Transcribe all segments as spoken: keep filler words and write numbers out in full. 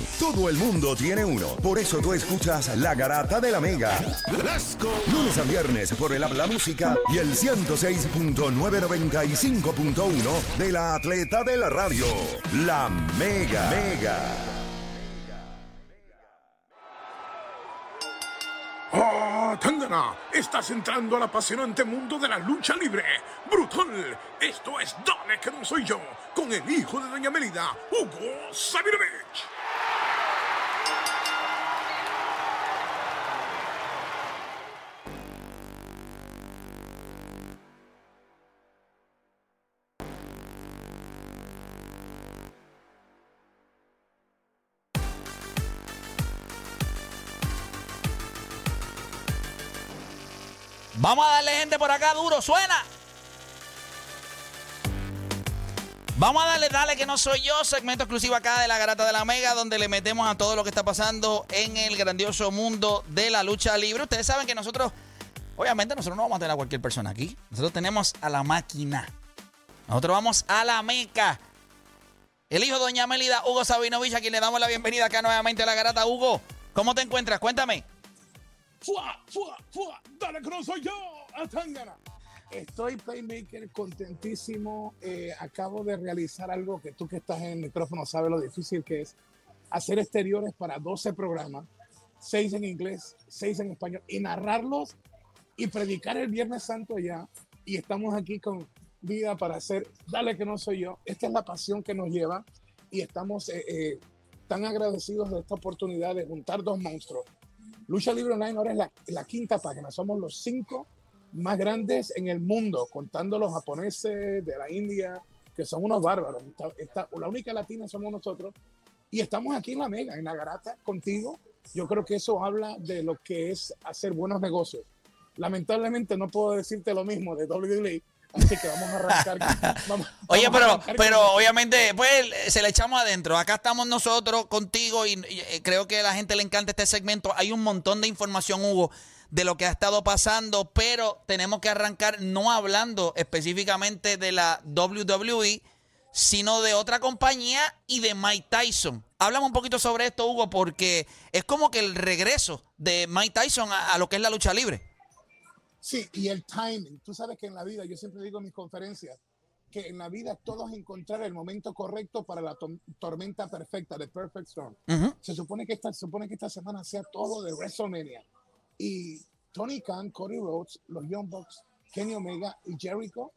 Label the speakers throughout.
Speaker 1: Todo el mundo tiene uno. Por eso tú escuchas La Garata de la Mega. Let's go. Lunes a viernes por el Habla Música y el ciento seis punto nueve noventa y cinco punto uno de la Atleta de la Radio. La Mega. Mega.
Speaker 2: ¡Oh, Tangana! Estás entrando al apasionante mundo de la lucha libre. ¡Brutal! Esto es Dale que no soy yo, con el hijo de Doña Melida, Hugo Sabinovich.
Speaker 3: Vamos a darle gente por acá duro, suena. Vamos a darle, dale que no soy yo, segmento exclusivo acá de La Garata de la Mega, donde le metemos a todo lo que está pasando en el grandioso mundo de la lucha libre. Ustedes saben que nosotros, obviamente nosotros no vamos a tener a cualquier persona aquí. Nosotros tenemos a la máquina. Nosotros vamos a la meca. El hijo de Doña Melida, Hugo Sabinovich, a quien le damos la bienvenida acá nuevamente a La Garata. Hugo, ¿cómo te encuentras? Cuéntame.
Speaker 2: ¡Fua, fua, fua! ¡Dale que no soy yo! ¡A Tangana! Estoy, Playmaker, contentísimo. Eh, acabo de realizar algo que tú que estás en el micrófono sabes lo difícil que es. Hacer exteriores para doce programas, seis en inglés, seis en español, y narrarlos y predicar el Viernes Santo ya. Y estamos aquí con vida para hacer Dale que no soy yo. Esta es la pasión que nos lleva y estamos eh, eh, tan agradecidos de esta oportunidad de juntar dos monstruos. Lucha Libre Online ahora es la, la quinta página. Somos los cinco más grandes en el mundo, contando los japoneses de la India, que son unos bárbaros. Esta, esta, la única latina somos nosotros. Y estamos aquí en la Mega, en la Garata, contigo. Yo creo que eso habla de lo que es hacer buenos negocios. Lamentablemente no puedo decirte lo mismo de doble u doble u E, así que vamos a arrancar. Vamos,
Speaker 3: Oye,
Speaker 2: vamos
Speaker 3: pero,
Speaker 2: arrancar
Speaker 3: pero
Speaker 2: con...
Speaker 3: obviamente, pues se le echamos adentro. Acá estamos nosotros contigo y, y creo que a la gente le encanta este segmento. Hay un montón de información, Hugo, de lo que ha estado pasando, pero tenemos que arrancar no hablando específicamente de la doble u doble u E, sino de otra compañía y de Mike Tyson. Háblame un poquito sobre esto, Hugo, porque es como que el regreso de Mike Tyson a, a lo que es la lucha libre.
Speaker 2: Sí, y el timing. Tú sabes que en la vida, yo siempre digo en mis conferencias, que en la vida todo es encontrar el momento correcto para la to tormenta perfecta, the perfect storm. Uh-huh. Se supone que esta, se supone que esta semana sea todo de WrestleMania. Y Tony Khan, Cody Rhodes, los Young Bucks, Kenny Omega y Jericho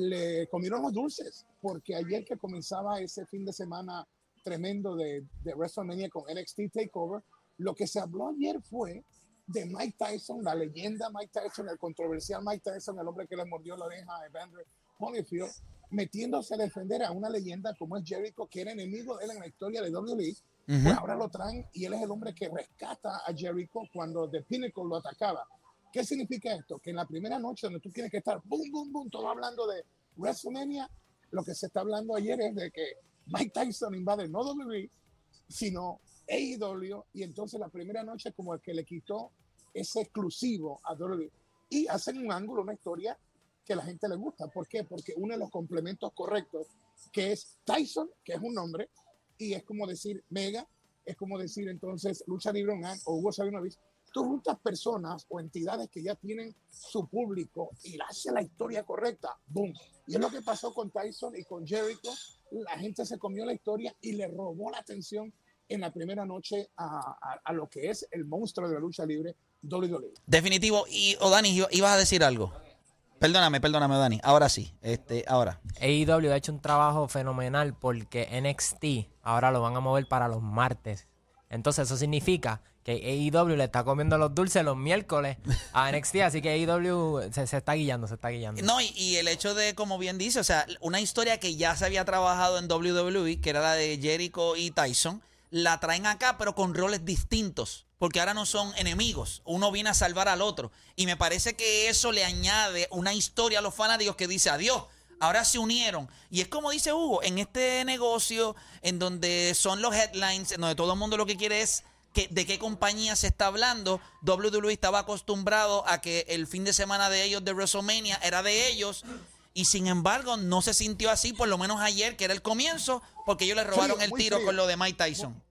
Speaker 2: le comieron los dulces, porque ayer que comenzaba ese fin de semana tremendo de, de WrestleMania con N X T TakeOver, lo que se habló ayer fue de Mike Tyson, la leyenda Mike Tyson, el controversial Mike Tyson, el hombre que le mordió la oreja a Evander Holyfield, metiéndose a defender a una leyenda como es Jericho, que era enemigo de él en la historia de doble u doble u E. Uh-huh. Pues ahora lo traen y él es el hombre que rescata a Jericho cuando The Pinnacle lo atacaba. ¿Qué significa esto? Que en la primera noche donde tú tienes que estar, boom, boom, boom, todo hablando de WrestleMania, lo que se está hablando ayer es de que Mike Tyson invade no doble u doble u E, sino A E W, y entonces la primera noche como el que le quitó ese exclusivo a doble u doble u E. Y hacen un ángulo, una historia que a la gente le gusta. ¿Por qué? Porque uno de los complementos correctos, que es Tyson, que es un nombre, y es como decir Mega, es como decir entonces Lucha Libre Online o Hugo Sabinovich. Tú juntas personas o entidades que ya tienen su público y hace la historia correcta, boom. Y es lo que pasó con Tyson y con Jericho. La gente se comió la historia y le robó la atención en la primera noche a, a, a lo que es el monstruo de la lucha libre, doble u doble u E.
Speaker 3: Definitivo. Y, o Dani, ibas a decir algo. Perdóname, perdóname, Dani. Ahora sí, este, ahora.
Speaker 4: A E W ha hecho un trabajo fenomenal porque N X T ahora lo van a mover para los martes. Entonces eso significa que A E W le está comiendo los dulces los miércoles a N X T, así que A E W se, se está guiando, se está guiando.
Speaker 3: No, y, y el hecho de, como bien dice, o sea, una historia que ya se había trabajado en doble u doble u E, que era la de Jericho y Tyson, la traen acá, pero con roles distintos. Porque ahora no son enemigos. Uno viene a salvar al otro. Y me parece que eso le añade una historia a los fanáticos que dice adiós. Ahora se unieron. Y es como dice Hugo, en este negocio, en donde son los headlines, en donde todo el mundo lo que quiere es que, de qué compañía se está hablando. doble u doble u E estaba acostumbrado a que el fin de semana de ellos de WrestleMania era de ellos. Y sin embargo, no se sintió así, por lo menos ayer, que era el comienzo, porque ellos le robaron
Speaker 2: frío,
Speaker 3: el tiro
Speaker 2: frío.
Speaker 3: con lo de Mike Tyson.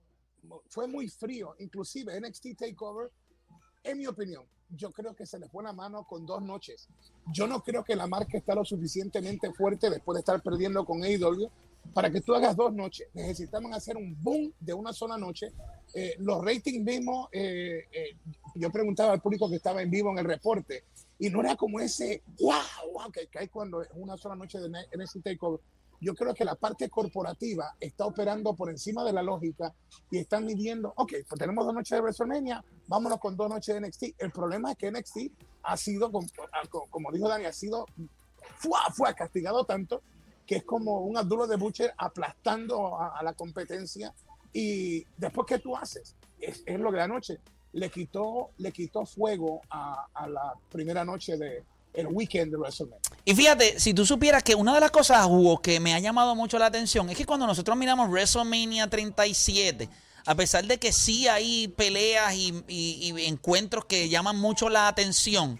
Speaker 2: fue muy frío. Inclusive N X T TakeOver, en mi opinión, yo creo que se le fue la mano con dos noches. Yo no creo que la marca está lo suficientemente fuerte después de estar perdiendo con A E W para que tú hagas dos noches. Necesitamos hacer un boom de una sola noche. Eh, los ratings mismos, eh, eh, yo preguntaba al público que estaba en vivo en el reporte, y no era como ese wow, wow que, que hay cuando es una sola noche de N X T TakeOver. Yo creo que la parte corporativa está operando por encima de la lógica y están midiendo, ok, pues tenemos dos noches de WrestleMania, vámonos con dos noches de N X T. El problema es que N X T ha sido, como, como dijo Dani, ha sido fue, fue castigado tanto que es como un Abdullah de Butcher aplastando a, a la competencia. Y después, ¿qué tú haces? Es, es lo de la noche. Le quitó, le quitó fuego a, a la primera noche de el weekend de WrestleMania.
Speaker 3: Y fíjate, si tú supieras que una de las cosas, Hugo, que me ha llamado mucho la atención es que cuando nosotros miramos WrestleMania treinta y siete, a pesar de que sí hay peleas y, y, y encuentros que llaman mucho la atención,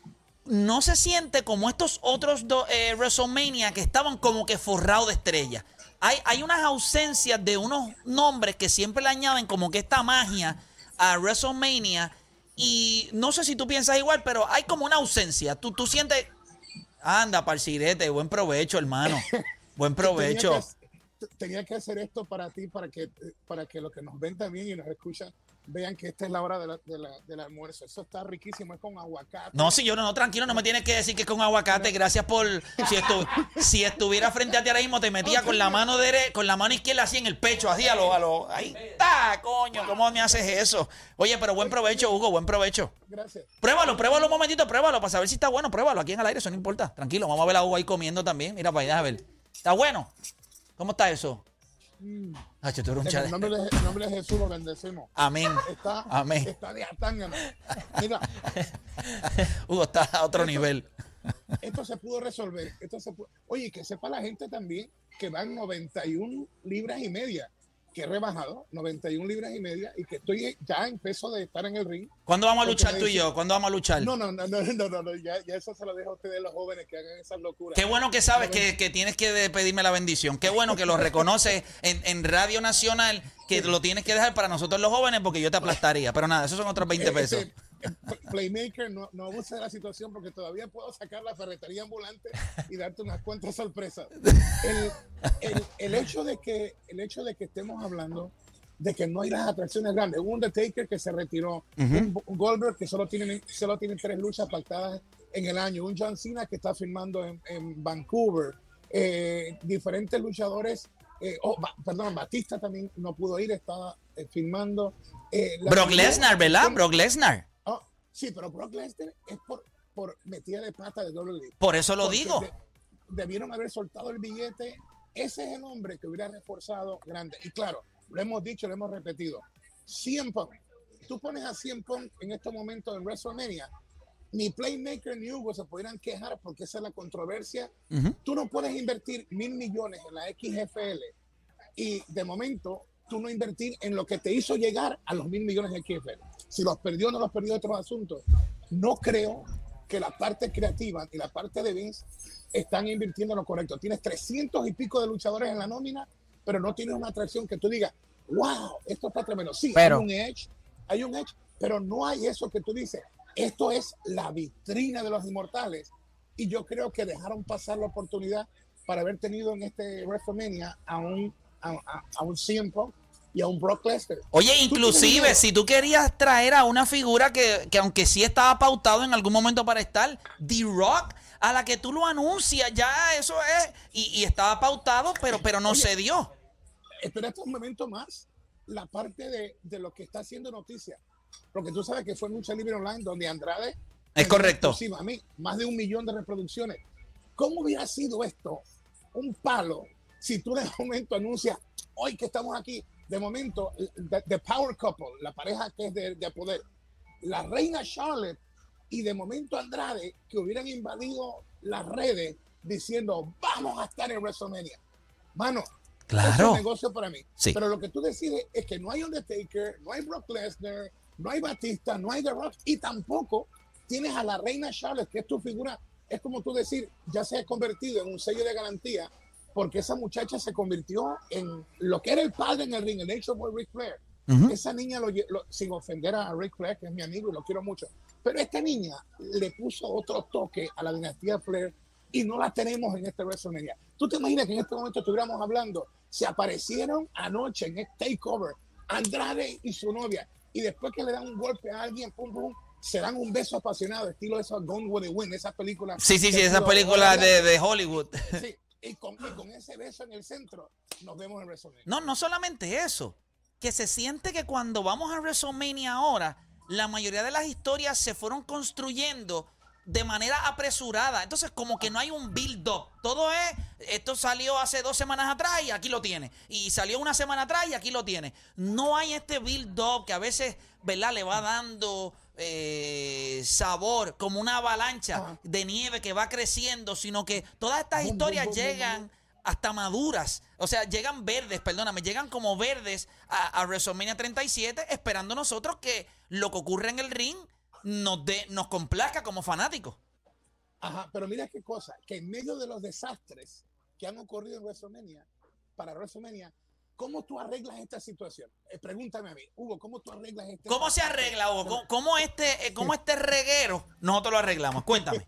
Speaker 3: no se siente como estos otros dos eh, WrestleMania que estaban como que forrados de estrellas. Hay, hay unas ausencias de unos nombres que siempre le añaden como que esta magia a WrestleMania. Y no sé si tú piensas igual, pero hay como una ausencia. Tú, tú sientes... Anda, parcirete, buen provecho, hermano. Buen provecho.
Speaker 2: Tenía que, tenía que hacer esto para ti, para que, para que los que nos ven también y nos escuchan vean que esta es la hora de la, de la, del almuerzo. Eso está riquísimo, es con aguacate.
Speaker 3: No, si yo no, no, tranquilo, no me tienes que decir que es con aguacate. Gracias por... Si, estu, si estuviera frente a ti ahora mismo, te metía okay. con la mano dere, con la mano izquierda así en el pecho, así a lo... A lo ahí está, coño, ¿cómo me haces eso? Oye, pero buen provecho, Hugo, buen provecho.
Speaker 2: Gracias.
Speaker 3: Pruébalo, pruébalo un momentito, pruébalo para saber si está bueno. Pruébalo aquí en el aire, eso no importa. Tranquilo, vamos a ver a Hugo ahí comiendo también. Mira para allá, a ver. ¿Está bueno? ¿Cómo está eso?
Speaker 2: Mm.
Speaker 3: Ay, tú eres un
Speaker 2: en el nombre, de, en nombre de Jesús lo bendecimos.
Speaker 3: Amén.
Speaker 2: Está,
Speaker 3: Amén.
Speaker 2: Está de atángano. Mira.
Speaker 3: Hugo está a otro
Speaker 2: esto,
Speaker 3: nivel.
Speaker 2: Esto se pudo resolver. Esto se pudo, oye, que sepa la gente también que van noventa y una libras y media, que he rebajado noventa y una libras y media y que estoy ya en peso de estar en el ring.
Speaker 3: ¿Cuándo vamos a luchar tú y yo? ¿Cuándo vamos a luchar?
Speaker 2: No, no, no, no, no, no, no ya, ya eso se lo dejo a ustedes los jóvenes que hagan esas locuras.
Speaker 3: Qué bueno que sabes que, que tienes que pedirme la bendición. Qué bueno que lo reconoces en, en Radio Nacional, que sí. Lo tienes que dejar para nosotros los jóvenes porque yo te aplastaría. Pero nada, esos son otros veinte pesos.
Speaker 2: Este, Playmaker, no, no abuse de la situación porque todavía puedo sacar la ferretería ambulante y darte unas cuantas sorpresas. El, el, el, hecho de que, el hecho de que estemos hablando de que no hay las atracciones grandes. Un Undertaker que se retiró, uh-huh. un, un Goldberg que solo tiene, solo tiene tres luchas pactadas en el año, un John Cena que está filmando en, en Vancouver, eh, diferentes luchadores, eh, oh, ba, perdón, Batista también no pudo ir, estaba eh, filmando. Eh,
Speaker 3: Brock Lesnar, ¿verdad? Con, Brock Lesnar.
Speaker 2: Oh, sí, pero Brock Lesnar es por, por metida de pata de W W E.
Speaker 3: Por eso lo Porque digo. De,
Speaker 2: debieron haber soltado el billete. Ese es el hombre que hubiera reforzado grande. Y claro, lo hemos dicho, lo hemos repetido. C M Punk. Tú pones a C M Punk en estos momentos en WrestleMania. Ni Playmaker ni Hugo se pudieran quejar porque esa es la controversia. Uh-huh. Tú no puedes invertir mil millones en la X F L y de momento tú no invertir en lo que te hizo llegar a los mil millones de X F L. Si los perdió o no los perdió, otros asuntos. No creo que la parte creativa y la parte de Vince están invirtiendo en lo correcto. Tienes trescientos y pico de luchadores en la nómina, pero no tienes una atracción que tú digas, wow, esto está tremendo. Sí, pero, hay un edge, hay un edge, pero no hay eso que tú dices. Esto es la vitrina de los inmortales. Y yo creo que dejaron pasar la oportunidad para haber tenido en este WrestleMania a un, a, a, a un C M Punk y a un Brock Lesnar.
Speaker 3: Oye, inclusive, si tú querías traer a una figura que, que aunque sí estaba pautado en algún momento para estar, The Rock, a la que tú lo anuncias, ya eso es, y, y estaba pautado, pero, pero no Oye, se dio.
Speaker 2: Espérate un momento más, la parte de, de lo que está haciendo noticia. Porque tú sabes que fue Lucha Libre Online donde Andrade...
Speaker 3: Es correcto.
Speaker 2: A mí, más de un millón de reproducciones. ¿Cómo hubiera sido esto un palo si tú de momento anuncias, hoy que estamos aquí, de momento, the, the Power Couple, la pareja que es de, de poder, la reina Charlotte y de momento Andrade, que hubieran invadido las redes diciendo, vamos a estar en WrestleMania? Mano,
Speaker 3: claro.
Speaker 2: Es un negocio para mí.
Speaker 3: Sí.
Speaker 2: Pero lo que tú decides es que no hay Undertaker, no hay Brock Lesnar, no hay Batista, no hay The Rock y tampoco tienes a la reina Charlotte, que es tu figura. Es como tú decir, ya se ha convertido en un sello de garantía porque esa muchacha se convirtió en lo que era el padre en el ring, el Nature Boy Ric Flair. Uh-huh. Esa niña, lo, lo, sin ofender a Ric Flair, que es mi amigo y lo quiero mucho, pero esta niña le puso otro toque a la dinastía Flair y no la tenemos en este WrestleMania. ¿Tú te imaginas que en este momento estuviéramos hablando, se aparecieron anoche en este takeover Andrade y su novia, y después que le dan un golpe a alguien, pum, pum, se dan un beso apasionado, estilo de esos Gone with the Wind, esas películas.
Speaker 3: Sí, sí, sí, esas películas de, de Hollywood.
Speaker 2: Sí, y con, y con ese beso en el centro, nos vemos en WrestleMania.
Speaker 3: No, no solamente eso, que se siente que cuando vamos a WrestleMania ahora, la mayoría de las historias se fueron construyendo de manera apresurada. Entonces, como que no hay un build-up. Todo es, esto salió hace dos semanas atrás y aquí lo tiene. Y salió una semana atrás y aquí lo tiene. No hay este build-up que a veces, ¿verdad?, le va dando eh, sabor, como una avalancha de nieve que va creciendo, sino que todas estas historias llegan hasta maduras. O sea, llegan verdes, perdóname, llegan como verdes a, a WrestleMania treinta y siete, esperando nosotros que lo que ocurre en el ring nos, de, nos complazca como fanáticos.
Speaker 2: Ajá, pero mira qué cosa, que en medio de los desastres que han ocurrido en WrestleMania, para WrestleMania, ¿cómo tú arreglas esta situación? Eh, pregúntame a mí, Hugo, ¿cómo tú arreglas este?
Speaker 3: ¿Cómo se arregla, Hugo? ¿Cómo, cómo este, eh, cómo este reguero nosotros lo arreglamos? Cuéntame.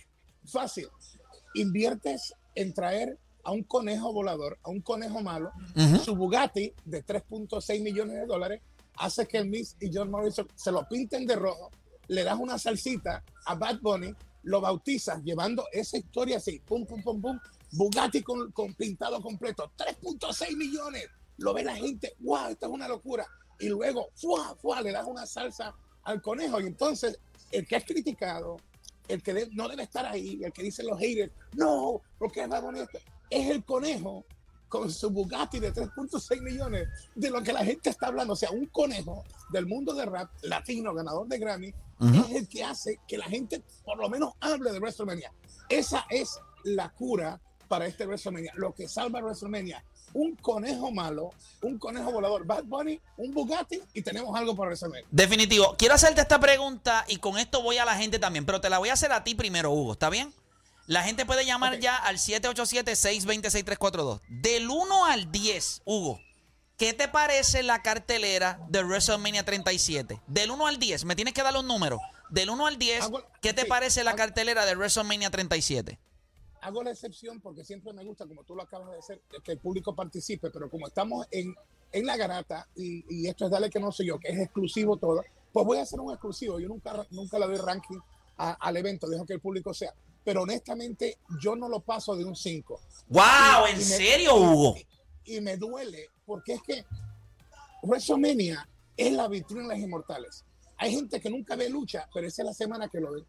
Speaker 2: Fácil. Inviertes en traer a un conejo volador, a un conejo malo,
Speaker 3: uh-huh.
Speaker 2: su Bugatti de tres punto seis millones de dólares, hace que el Miz y John Morrison se lo pinten de rojo, le das una salsita a Bad Bunny, lo bautizas llevando esa historia así, pum, pum, pum, pum, Bugatti con, con pintado completo, tres punto seis millones, lo ve la gente, wow, esto es una locura, y luego, fuá, fuá, le das una salsa al conejo, y entonces el que es criticado, el que de, no debe estar ahí, el que dicen los haters, no, porque es Bad Bunny esto, es el conejo con su Bugatti de tres punto seis millones de lo que la gente está hablando. O sea, un conejo del mundo de rap latino, ganador de Grammy, uh-huh. es el que hace que la gente por lo menos hable de WrestleMania. Esa es la cura para este WrestleMania. Lo que salva WrestleMania, un conejo malo, un conejo volador, Bad Bunny, un Bugatti y tenemos algo para WrestleMania.
Speaker 3: Definitivo. Quiero hacerte esta pregunta y con esto voy a la gente también, pero te la voy a hacer a ti primero, Hugo. ¿Está bien? La gente puede llamar okay. ya al siete ocho siete, seis dos seis, tres cuatro dos. Del uno al diez, Hugo, ¿qué te parece la cartelera de WrestleMania treinta y siete? Del uno al diez, me tienes que dar los números. Del uno al diez, hago, ¿qué te sí, parece la hago, cartelera de WrestleMania treinta y siete?
Speaker 2: Hago la excepción porque siempre me gusta, como tú lo acabas de decir, que el público participe, pero como estamos en, en la garata y, y esto es Dale que no sé yo, que es exclusivo todo, pues voy a hacer un exclusivo. Yo nunca, nunca le doy ranking a, al evento, dejo que el público sea. Pero honestamente, yo no lo paso de un cinco.
Speaker 3: ¡Wow!
Speaker 2: Y,
Speaker 3: ¿En
Speaker 2: y
Speaker 3: serio,
Speaker 2: me,
Speaker 3: Hugo?
Speaker 2: Y, y me duele, porque es que WrestleMania es la vitrina de las inmortales. Hay gente que nunca ve lucha, pero esa es la semana que lo ve.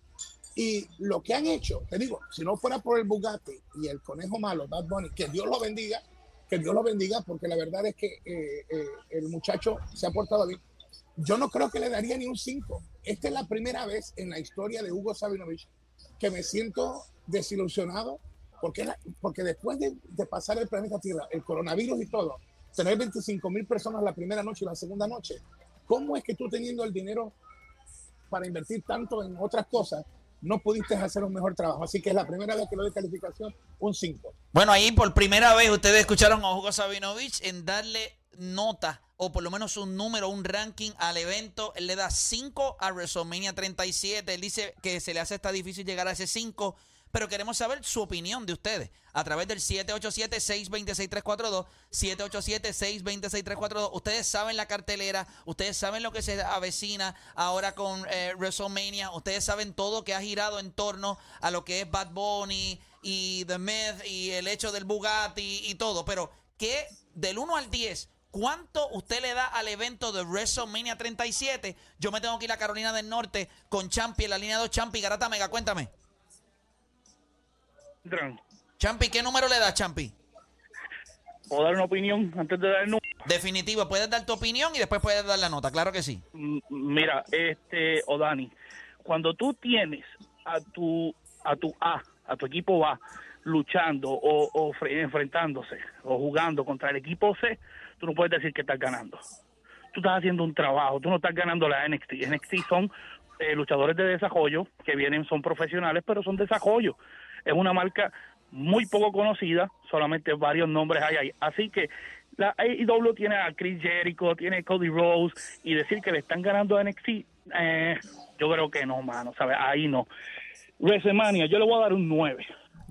Speaker 2: Y lo que han hecho, te digo, si no fuera por el Bugatti y el conejo malo, Bad Bunny, que Dios lo bendiga, que Dios lo bendiga, porque la verdad es que eh, eh, el muchacho se ha portado bien. Yo no creo que le daría ni un cinco. Esta es la primera vez en la historia de Hugo Sabinovich que me siento desilusionado, porque, la, porque después de, de pasar el planeta Tierra, el coronavirus y todo, tener veinticinco mil personas la primera noche y la segunda noche, ¿cómo es que tú teniendo el dinero para invertir tanto en otras cosas, no pudiste hacer un mejor trabajo? Así que es la primera vez que le doy calificación, un cinco.
Speaker 3: Bueno, ahí por primera vez ustedes escucharon a Hugo Sabinovich en darle nota, o por lo menos un número, un ranking al evento. Él le da cinco a WrestleMania treinta y siete. Él dice que se le hace hasta difícil llegar a ese cinco, pero queremos saber su opinión de ustedes a través del siete ocho siete, seis dos seis, tres cuatro dos, siete ocho siete, seis dos seis, tres cuatro dos. Ustedes saben la cartelera, ustedes saben lo que se avecina ahora con eh, WrestleMania, ustedes saben todo que ha girado en torno a lo que es Bad Bunny y The Myth y el hecho del Bugatti y todo, pero ¿qué del uno al diez? ¿Cuánto usted le da al evento de WrestleMania treinta y siete? Yo me tengo que ir a Carolina del Norte con Champi en la línea dos. Champi, Garata Mega, cuéntame. Champi, ¿qué número le das, Champi?
Speaker 5: ¿Puedo dar una opinión antes de dar el número?
Speaker 3: Definitivo, puedes dar tu opinión y después puedes dar la nota, claro que sí.
Speaker 5: Mira, este, Odani, cuando tú tienes a tu, a tu A, a tu equipo A, luchando o, o enfrentándose o jugando contra el equipo C, tú no puedes decir que estás ganando. Tú estás haciendo un trabajo, tú no estás ganando la N X T. N X T son eh, luchadores de desarrollo que vienen, son profesionales, pero son desarrollo. Es una marca muy poco conocida, solamente varios nombres hay ahí. Así que La A E W tiene a Chris Jericho, tiene a Cody Rhodes, y decir que le están ganando a N X T, eh, yo creo que no, mano, ¿sabes? Ahí no. WrestleMania, yo le voy a dar un nueve.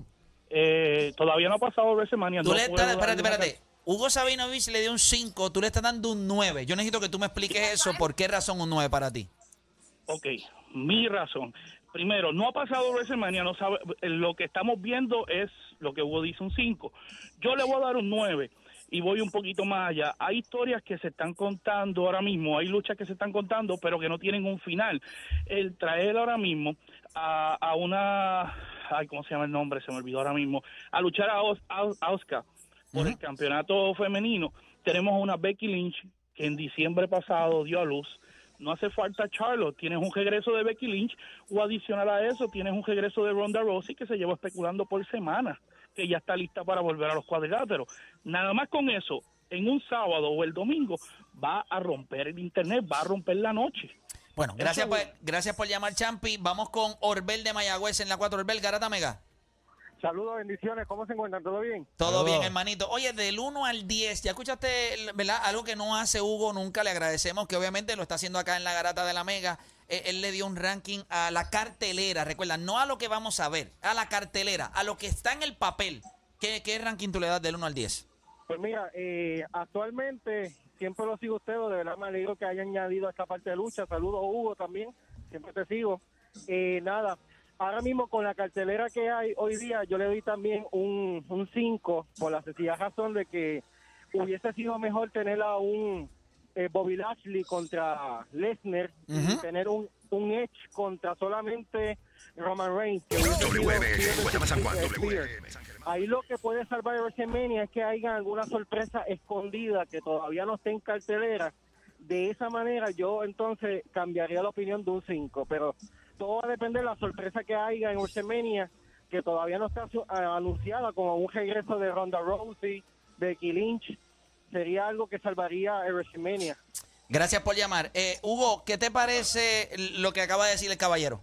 Speaker 5: Eh, todavía no ha pasado WrestleMania.
Speaker 3: Tú
Speaker 5: No
Speaker 3: le
Speaker 5: puedo
Speaker 3: estás, espérate,
Speaker 5: darle una-
Speaker 3: espérate. Hugo Sabinovich le dio un cinco, tú le estás dando un nueve. Yo necesito que tú me expliques eso. ¿Por qué razón un nueve para ti?
Speaker 5: Ok, mi razón. Primero, no ha pasado WrestleMania, no sabe, lo que estamos viendo es lo que Hugo dice, un cinco. Yo le voy a dar un nueve y voy un poquito más allá. Hay historias que se están contando ahora mismo, hay luchas que se están contando, pero que no tienen un final. El traer ahora mismo a, a una, ay, ¿cómo se llama el nombre? Se me olvidó ahora mismo. A luchar a, Os, a, a Asuka por el campeonato femenino. Tenemos a una Becky Lynch que en diciembre pasado dio a luz. No hace falta Charlotte, tienes un regreso de Becky Lynch, o adicional a eso tienes un regreso de Ronda Rousey que se lleva especulando por semanas, que ya está lista para volver a los cuadriláteros. Nada más con eso, en un sábado o el domingo, va a romper el internet, va a romper la noche.
Speaker 3: Bueno, gracias por, gracias por llamar, Champi. Vamos con Orbel de Mayagüez en la cuatro. Orbel, Garata Mega.
Speaker 6: Saludos, bendiciones. ¿Cómo se encuentran? ¿Todo bien?
Speaker 3: Todo
Speaker 4: Saludos.
Speaker 3: bien, hermanito. Oye, del uno al diez, ya escuchaste, ¿verdad? Algo que no hace Hugo nunca, le agradecemos, que obviamente lo está haciendo acá en la Garata de la Mega. Eh, él le dio un ranking a la cartelera, recuerda, no a lo que vamos a ver, a la cartelera, a lo que está en el papel. ¿Qué, qué ranking tú le das del uno al diez?
Speaker 6: Pues mira, eh, actualmente siempre lo sigo a ustedes, de verdad me alegro que hayan añadido a esta parte de lucha. Saludos, Hugo, también, siempre te sigo. Eh, nada, ahora mismo con la cartelera que hay hoy día, yo le doy también un un cinco, por la sencilla razón de que hubiese sido mejor tener a un eh, Bobby Lashley contra Lesnar, y
Speaker 3: Ujú.
Speaker 6: tener un, un Edge contra solamente Roman Reigns. Que hubiese sido- sido- Ahí lo que puede salvar WrestleMania es que haya alguna sorpresa escondida que todavía no esté en cartelera. De esa manera yo entonces cambiaría la opinión de un cinco, pero todo va a depender de la sorpresa que haya en WrestleMania, que todavía no está su- a- anunciada, como un regreso de Ronda Rousey, Becky Lynch. Sería algo que salvaría el WrestleMania.
Speaker 3: Gracias por llamar. Eh, Hugo, ¿qué te parece lo que acaba de decir el caballero?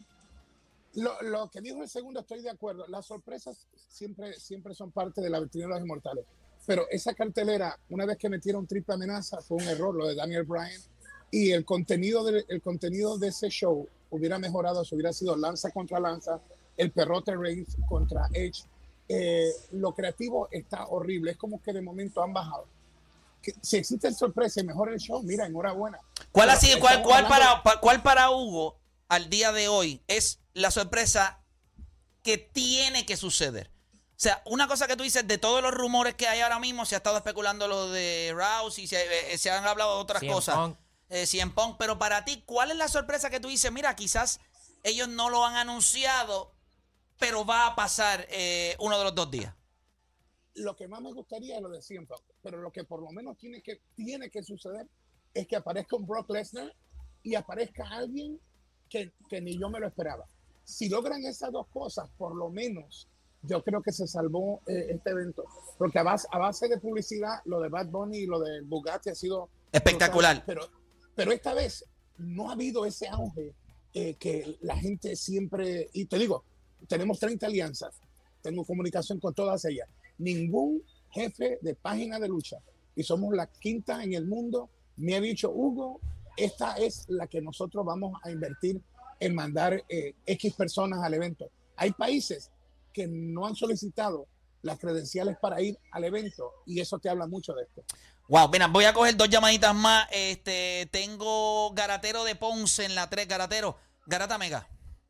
Speaker 2: Lo, lo que dijo el segundo, estoy de acuerdo. Las sorpresas siempre, siempre son parte de la vitrina de los inmortales. Pero esa cartelera, una vez que metieron triple amenaza, fue un error lo de Daniel Bryan. Y el contenido de, el contenido de ese show hubiera mejorado si hubiera sido lanza contra lanza, el perrote Reigns contra Edge. Eh, lo creativo está horrible. Es como que de momento han bajado. Que, si existe sorpresa y mejora el show, mira, enhorabuena.
Speaker 3: ¿Cuál,
Speaker 2: Pero
Speaker 3: ha sido, cuál,
Speaker 2: estamos
Speaker 3: cuál,
Speaker 2: hablando-
Speaker 3: para, pa- ¿Cuál para Hugo al día de hoy es la sorpresa que tiene que suceder? O sea, una cosa que tú dices, de todos los rumores que hay ahora mismo, se ha estado especulando lo de Rousey, se, eh, se han hablado de otras
Speaker 4: C M
Speaker 3: cosas.
Speaker 4: Punk.
Speaker 3: Eh, C M Punk, pero para ti, ¿cuál es la sorpresa que tú dices? Mira, quizás ellos no lo han anunciado, pero va a pasar eh, uno de los dos días.
Speaker 2: Lo que más me gustaría es lo de C M Punk, pero lo que por lo menos tiene que, tiene que suceder es que aparezca un Brock Lesnar y aparezca alguien que, que ni yo me lo esperaba. Si logran esas dos cosas, por lo menos yo creo que se salvó eh, este evento, porque a base, a base de publicidad, lo de Bad Bunny y lo de Bugatti ha sido
Speaker 3: Espectacular.
Speaker 2: brutal, pero, pero esta vez no ha habido ese auge eh, que la gente siempre, y te digo, tenemos treinta alianzas, tengo comunicación con todas ellas. Ningún jefe de página de lucha, y somos la quinta en el mundo, me ha dicho, Hugo, esta es la que nosotros vamos a invertir en mandar eh, X personas al evento. Hay países que no han solicitado las credenciales para ir al evento, y eso te habla mucho de esto.
Speaker 3: Wow, mira, voy a coger dos llamaditas más. Este, tengo Garatero de Ponce en la tres. Garatero, Garata Mega.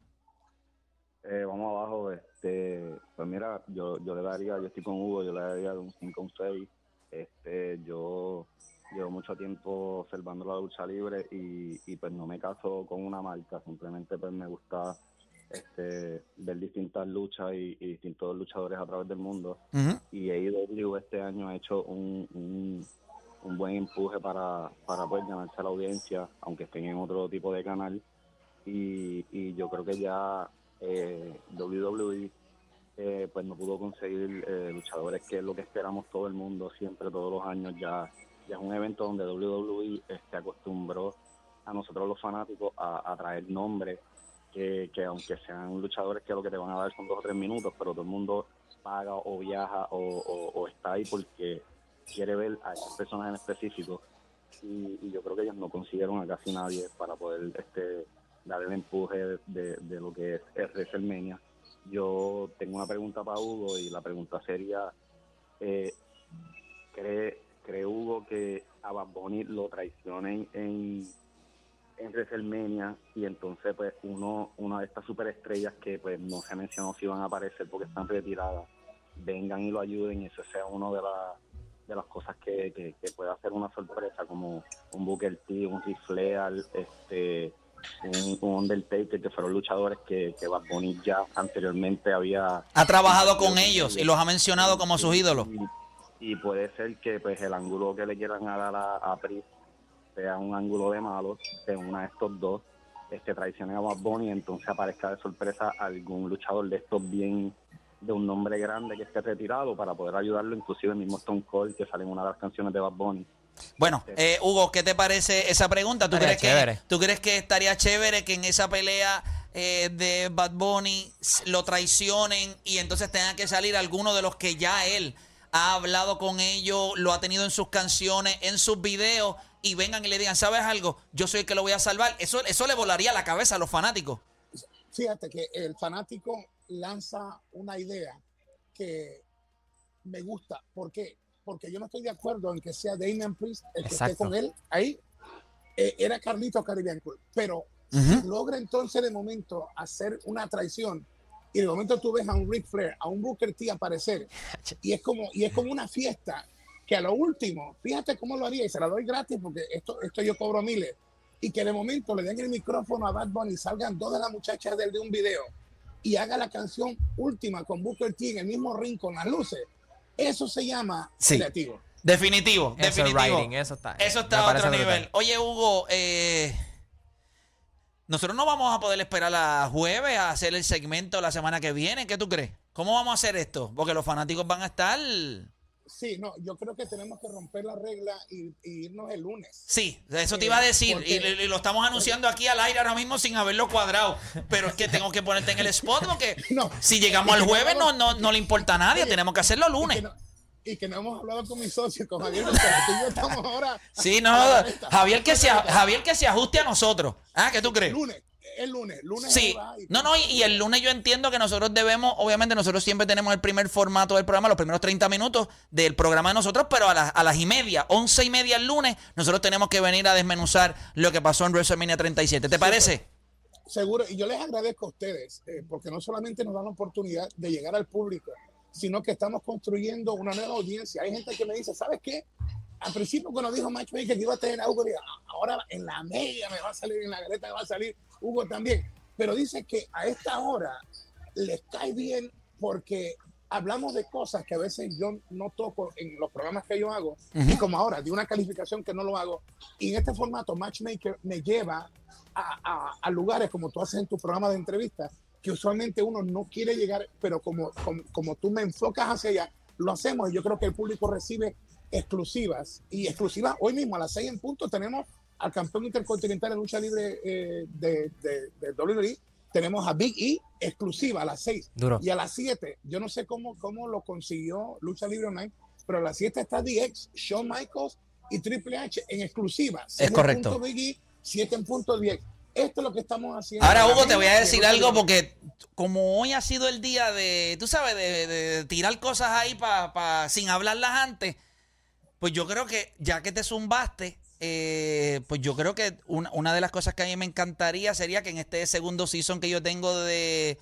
Speaker 7: Eh, vamos abajo, este, pues mira, yo, yo le daría, yo estoy con Hugo, yo le daría un cinco, un seis. Este, yo llevo mucho tiempo observando la lucha libre y, y pues no me caso con una marca, simplemente pues me gusta este ver distintas luchas y, y distintos luchadores a través del mundo.
Speaker 3: Uh-huh.
Speaker 7: Y A E W este año ha hecho un, un, un buen empuje para, para pues ganarse a la audiencia, aunque estén en otro tipo de canal. Y, y yo creo que ya eh, W W E eh, pues no pudo conseguir eh, luchadores, que es lo que esperamos todo el mundo siempre, todos los años. Ya, ya es un evento donde W W E se acostumbró a nosotros los fanáticos a, a traer nombres que, que aunque sean luchadores que lo que te van a dar son dos o tres minutos, pero todo el mundo paga o viaja o, o, o está ahí porque quiere ver a esas personas en específico. Y, y yo creo que ellos no consiguieron a casi nadie para poder este dar el empuje de, de, de lo que es el WrestleMania. Yo tengo una pregunta para Hugo y la pregunta sería, eh, ¿cree, ¿cree Hugo que a Bad Bunny lo traicionen en, en WrestleMania y entonces pues uno una de estas superestrellas que pues no se mencionó si van a aparecer porque están retiradas, vengan y lo ayuden y eso sea uno de las de las cosas que, que, que pueda hacer una sorpresa como un Booker T, un Ric Flair, este, un, un Undertaker, que fueron luchadores que, que Bad Bunny ya anteriormente había...
Speaker 3: Ha trabajado con ellos y los ha mencionado como sus ídolos.
Speaker 7: Y, y puede ser que pues el ángulo que le quieran dar a, a Priest sea un ángulo de malo, de una de estos dos, este, traicionen a Bad Bunny y entonces aparezca de sorpresa algún luchador de estos bien... de un nombre grande que esté retirado para poder ayudarlo, inclusive el mismo Stone Cold que sale en una de las canciones de Bad Bunny.
Speaker 3: Bueno, eh, Hugo, ¿qué te parece esa pregunta? ¿Tú crees, que, ¿Tú crees que estaría chévere que en esa pelea eh, de Bad Bunny lo traicionen y entonces tenga que salir alguno de los que ya él ha hablado con ellos, lo ha tenido en sus canciones, en sus videos, y vengan y le digan, ¿sabes algo? Yo soy el que lo voy a salvar. Eso, eso le volaría la cabeza a los fanáticos.
Speaker 2: Fíjate que el fanático lanza una idea que me gusta. ¿Por qué? Porque yo no estoy de acuerdo en que sea Damian Priest el que Exacto. esté con él ahí. Eh, era Carlito Caribbean Cool. Pero uh-huh. si logra entonces de momento hacer una traición y de momento tú ves a un Ric Flair, a un Booker T aparecer y es como, y es como una fiesta que a lo último, fíjate cómo lo haría y se la doy gratis porque esto, esto yo cobro miles. Y que de momento le den el micrófono a Bad Bunny y salgan dos de las muchachas de, de un video y haga la canción última con Booker T en el mismo ring con las luces. Eso se llama
Speaker 3: sí.
Speaker 2: creativo.
Speaker 3: Definitivo,
Speaker 4: eso
Speaker 3: definitivo.
Speaker 4: Writing, eso está,
Speaker 3: eso está a otro nivel. Brutal. Oye, Hugo, eh, nosotros no vamos a poder esperar a jueves a hacer el segmento la semana que viene. ¿Qué tú crees? ¿Cómo vamos a hacer esto? Porque los fanáticos van a estar...
Speaker 2: Sí, no, yo creo que tenemos que romper la regla y, y irnos el lunes.
Speaker 3: Sí, eso te iba a decir, porque, y, y lo estamos anunciando aquí al aire ahora mismo sin haberlo cuadrado, pero es que tengo que ponerte en el spot porque no, si llegamos al jueves no, no, no le importa a nadie, oye, tenemos que hacerlo lunes.
Speaker 2: Y que, no, y que no hemos hablado con mis socios, con Javier, porque tú y yo estamos ahora...
Speaker 3: Sí, no, Javier que, se, Javier que se ajuste a nosotros. ¿Ah, qué tú crees?
Speaker 2: El lunes. El lunes, lunes
Speaker 3: sí, y no, no, y, y el lunes yo entiendo que nosotros debemos, obviamente nosotros siempre tenemos el primer formato del programa, los primeros treinta minutos del programa de nosotros, pero a las, a las y media, once y media el lunes, nosotros tenemos que venir a desmenuzar lo que pasó en WrestleMania treinta y siete. ¿Te sí, parece?
Speaker 2: Seguro, y yo les agradezco a ustedes, eh, porque no solamente nos dan la oportunidad de llegar al público, sino que estamos construyendo una nueva audiencia. Hay gente que me dice, ¿sabes qué? Al principio cuando dijo Matchmaker que iba a tener a Hugo, digo, ahora en la media me va a salir, en la galeta me va a salir Hugo también. Pero dice que a esta hora les cae bien porque hablamos de cosas que a veces yo no toco en los programas que yo hago, uh-huh. y como ahora, de una calificación que no lo hago. Y en este formato, Matchmaker me lleva a, a, a lugares como tú haces en tu programa de entrevistas, que usualmente uno no quiere llegar, pero como, como, como tú me enfocas hacia allá, lo hacemos y yo creo que el público recibe exclusivas. Y exclusivas, hoy mismo a las seis en punto tenemos al campeón intercontinental de lucha libre eh, de, de, de doble u doble u E. Tenemos a Big E exclusiva a las seis.
Speaker 4: Duro.
Speaker 2: Y a las siete, yo no sé cómo, cómo lo consiguió Lucha Libre Online, pero a las siete está D X, Shawn Michaels y Triple H en exclusiva.
Speaker 3: Es correcto.
Speaker 2: En punto Big E, siete en punto D X. Esto es lo que estamos haciendo.
Speaker 3: Ahora, Hugo, te voy a decir algo porque como hoy ha sido el día de, tú sabes, de, de tirar cosas ahí pa, pa, sin hablarlas antes, pues yo creo que ya que te zumbaste, eh, pues yo creo que una, una de las cosas que a mí me encantaría sería que en este segundo season que yo tengo de,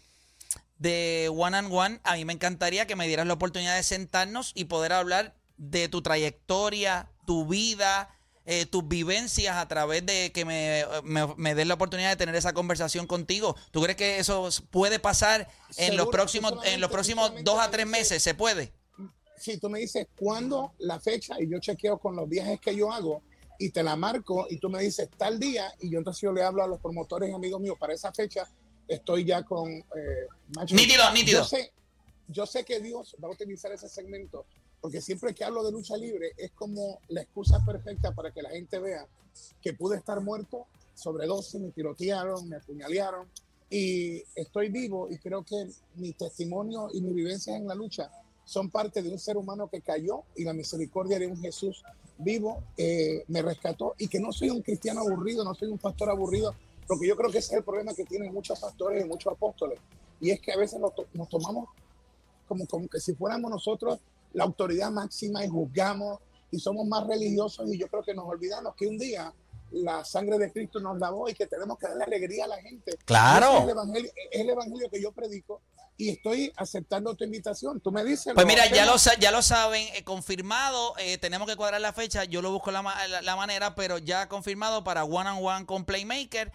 Speaker 3: de One and One, a mí me encantaría que me dieras la oportunidad de sentarnos y poder hablar de tu trayectoria, tu vida, Eh, tus vivencias a través de que me, me, me des la oportunidad de tener esa conversación contigo. ¿Tú crees que eso puede pasar en
Speaker 2: Seguro,
Speaker 3: los próximos en los próximos dos a tres meses? ¿Se puede?
Speaker 2: Si tú me dices cuándo, la fecha, y yo chequeo con los viajes que yo hago y te la marco y tú me dices tal día y yo entonces yo le hablo a los promotores y amigos míos para esa fecha, estoy ya con eh,
Speaker 3: nítido, nítido.
Speaker 2: Yo sé, yo sé que Dios va a utilizar ese segmento porque siempre que hablo de lucha libre es como la excusa perfecta para que la gente vea que pude estar muerto, sobredosis, me tirotearon, me apuñalearon y estoy vivo y creo que mi testimonio y mi vivencia en la lucha son parte de un ser humano que cayó y la misericordia de un Jesús vivo eh, me rescató, y que no soy un cristiano aburrido, no soy un pastor aburrido, porque yo creo que ese es el problema que tienen muchos pastores y muchos apóstoles, y es que a veces nos, to nos tomamos como, como que si fuéramos nosotros la autoridad máxima y juzgamos y somos más religiosos, y yo creo que nos olvidamos que un día la sangre de Cristo nos lavó y que tenemos que darle alegría a la gente.
Speaker 3: Claro.
Speaker 2: Es el evangelio, es el evangelio que yo predico, y estoy aceptando tu invitación. Tú me dices.
Speaker 3: Pues mira, ya lo, ya lo saben, eh, confirmado. Eh, tenemos que cuadrar la fecha. Yo lo busco la, la, la manera, pero ya confirmado para One on One con Playmaker.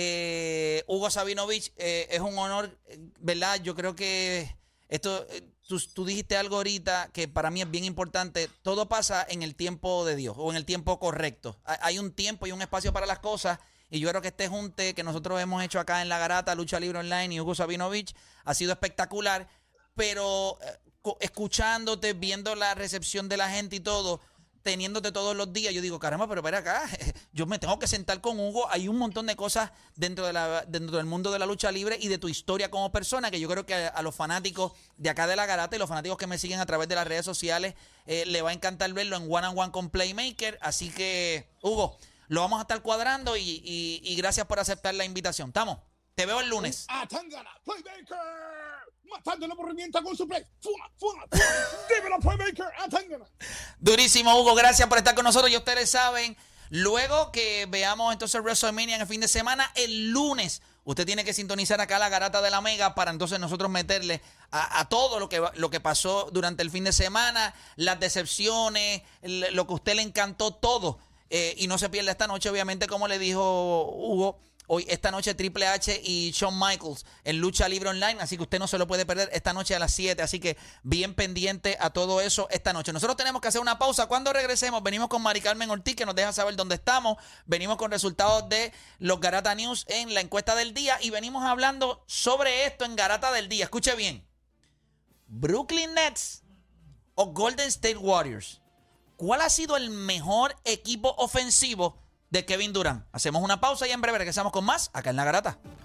Speaker 3: Eh, Hugo Sabinovich, eh, es un honor, ¿verdad? Yo creo que esto, eh, tú, tú dijiste algo ahorita que para mí es bien importante. Todo pasa en el tiempo de Dios o en el tiempo correcto. Hay un tiempo y un espacio para las cosas. Y yo creo que este junte que nosotros hemos hecho acá en La Garata, Lucha Libre Online y Hugo Sabinovich, ha sido espectacular. Pero eh, escuchándote, viendo la recepción de la gente y todo, teniéndote todos los días, yo digo, caramba, pero espera acá, yo me tengo que sentar con Hugo. Hay un montón de cosas dentro, de la, dentro del mundo de la lucha libre y de tu historia como persona, que yo creo que a, a los fanáticos de acá de La Garata y los fanáticos que me siguen a través de las redes sociales, eh, le va a encantar verlo en One on One con Playmaker. Así que, Hugo, lo vamos a estar cuadrando, y, y, y gracias por aceptar la invitación. ¿Estamos? Te veo el lunes.
Speaker 2: A Tangana, Playmaker, matando la movimiento con su play. Fuma, fuma, fuma. Dímelo, Playmaker, a Tangana.
Speaker 3: Durísimo, Hugo. Gracias por estar con nosotros. Y ustedes saben, luego que veamos entonces WrestleMania en el fin de semana, el lunes, usted tiene que sintonizar acá La Garata de la Mega para entonces nosotros meterle a, a todo lo que, lo que pasó durante el fin de semana, las decepciones, lo que a usted le encantó, todo. Eh, y no se pierda esta noche, obviamente, como le dijo Hugo, hoy esta noche Triple H y Shawn Michaels en Lucha Libre Online, así que usted no se lo puede perder esta noche a las siete, así que bien pendiente a todo eso esta noche. Nosotros tenemos que hacer una pausa. Cuando regresemos, venimos con Mari Carmen Ortiz, que nos deja saber dónde estamos, venimos con resultados de los Garata News en la encuesta del día, y venimos hablando sobre esto en Garata del Día. Escuche bien, Brooklyn Nets o Golden State Warriors, ¿cuál ha sido el mejor equipo ofensivo de Kevin Durant? Hacemos una pausa y en breve regresamos con más acá en La Garata.